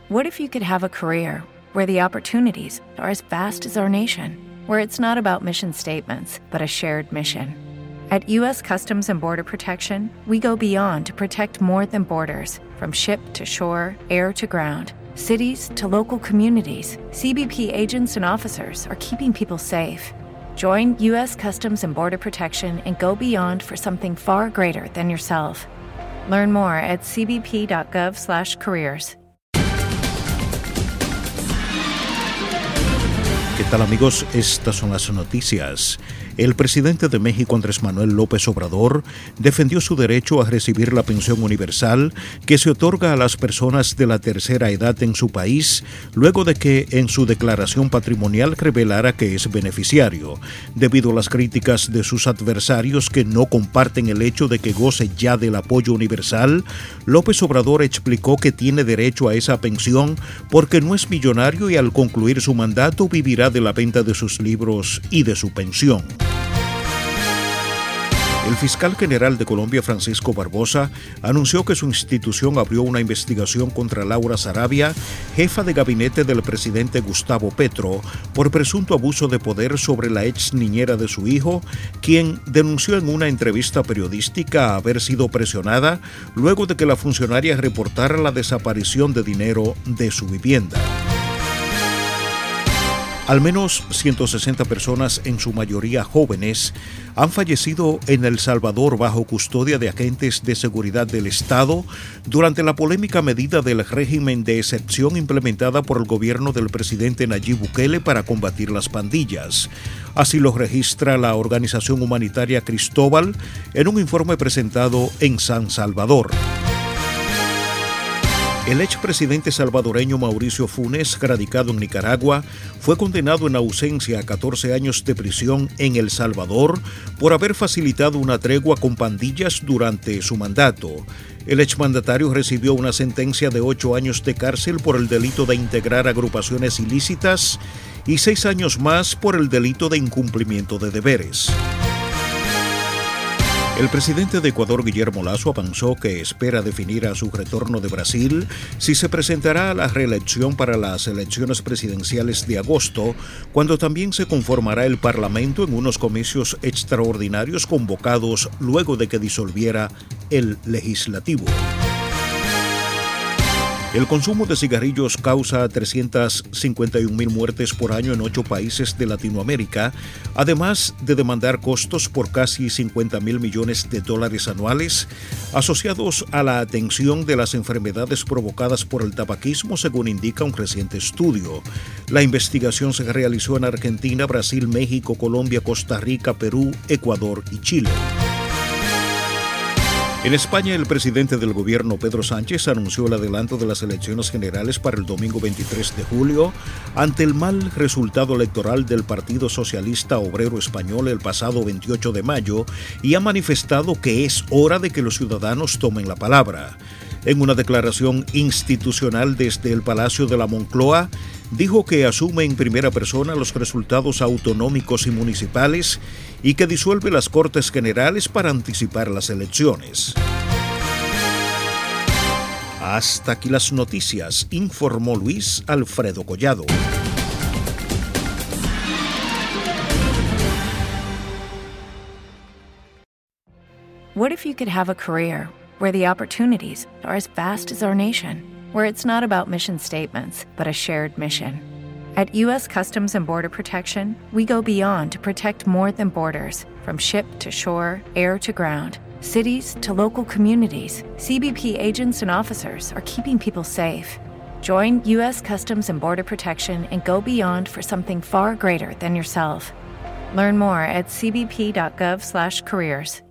What if you could have a career where the opportunities are as vast as our nation, where it's not about mission statements, but a shared mission? At U.S. Customs and Border Protection, we go beyond to protect more than borders. From ship to shore, air to ground, cities to local communities, CBP agents and officers are keeping people safe. Join U.S. Customs and Border Protection and go beyond for something far greater than yourself. Learn more at cbp.gov/careers. ¿Qué tal, amigos? Estas son las noticias. El presidente de México, Andrés Manuel López Obrador, defendió su derecho a recibir la pensión universal que se otorga a las personas de la tercera edad en su país, luego de que en su declaración patrimonial revelara que es beneficiario. Debido a las críticas de sus adversarios que no comparten el hecho de que goce ya del apoyo universal, López Obrador explicó que tiene derecho a esa pensión porque no es millonario y al concluir su mandato vivirá de la venta de sus libros y de su pensión. El fiscal general de Colombia, Francisco Barbosa, anunció que su institución abrió una investigación contra Laura Sarabia, jefa de gabinete del presidente Gustavo Petro, por presunto abuso de poder sobre la ex niñera de su hijo, quien denunció en una entrevista periodística haber sido presionada luego de que la funcionaria reportara la desaparición de dinero de su vivienda. Al menos 160 personas, en su mayoría jóvenes, han fallecido en El Salvador bajo custodia de agentes de seguridad del Estado durante la polémica medida del régimen de excepción implementada por el gobierno del presidente Nayib Bukele para combatir las pandillas. Así lo registra la organización humanitaria Cristóbal en un informe presentado en San Salvador. El expresidente salvadoreño Mauricio Funes, radicado en Nicaragua, fue condenado en ausencia a 14 años de prisión en El Salvador por haber facilitado una tregua con pandillas durante su mandato. El exmandatario recibió una sentencia de 8 años de cárcel por el delito de integrar agrupaciones ilícitas y 6 años más por el delito de incumplimiento de deberes. El presidente de Ecuador, Guillermo Lasso, avanzó que espera definir a su retorno de Brasil si se presentará a la reelección para las elecciones presidenciales de agosto, cuando también se conformará el Parlamento en unos comicios extraordinarios convocados luego de que disolviera el legislativo. El consumo de cigarrillos causa 351,000 muertes por año en 8 países de Latinoamérica, además de demandar costos por casi $50,000 millones anuales asociados a la atención de las enfermedades provocadas por el tabaquismo, según indica un reciente estudio. La investigación se realizó en Argentina, Brasil, México, Colombia, Costa Rica, Perú, Ecuador y Chile. En España, el presidente del gobierno, Pedro Sánchez, anunció el adelanto de las elecciones generales para el domingo 23 de julio ante el mal resultado electoral del Partido Socialista Obrero Español el pasado 28 de mayo y ha manifestado que es hora de que los ciudadanos tomen la palabra. En una declaración institucional desde el Palacio de la Moncloa, dijo que asume en primera persona los resultados autonómicos y municipales y que disuelve las Cortes Generales para anticipar las elecciones. Hasta aquí las noticias, informó Luis Alfredo Collado. What if you could have a career where the opportunities are as vast as our nation, where it's not about mission statements, but a shared mission? At U.S. Customs and Border Protection, we go beyond to protect more than borders. From ship to shore, air to ground, cities to local communities, CBP agents and officers are keeping people safe. Join U.S. Customs and Border Protection and go beyond for something far greater than yourself. Learn more at cbp.gov/careers.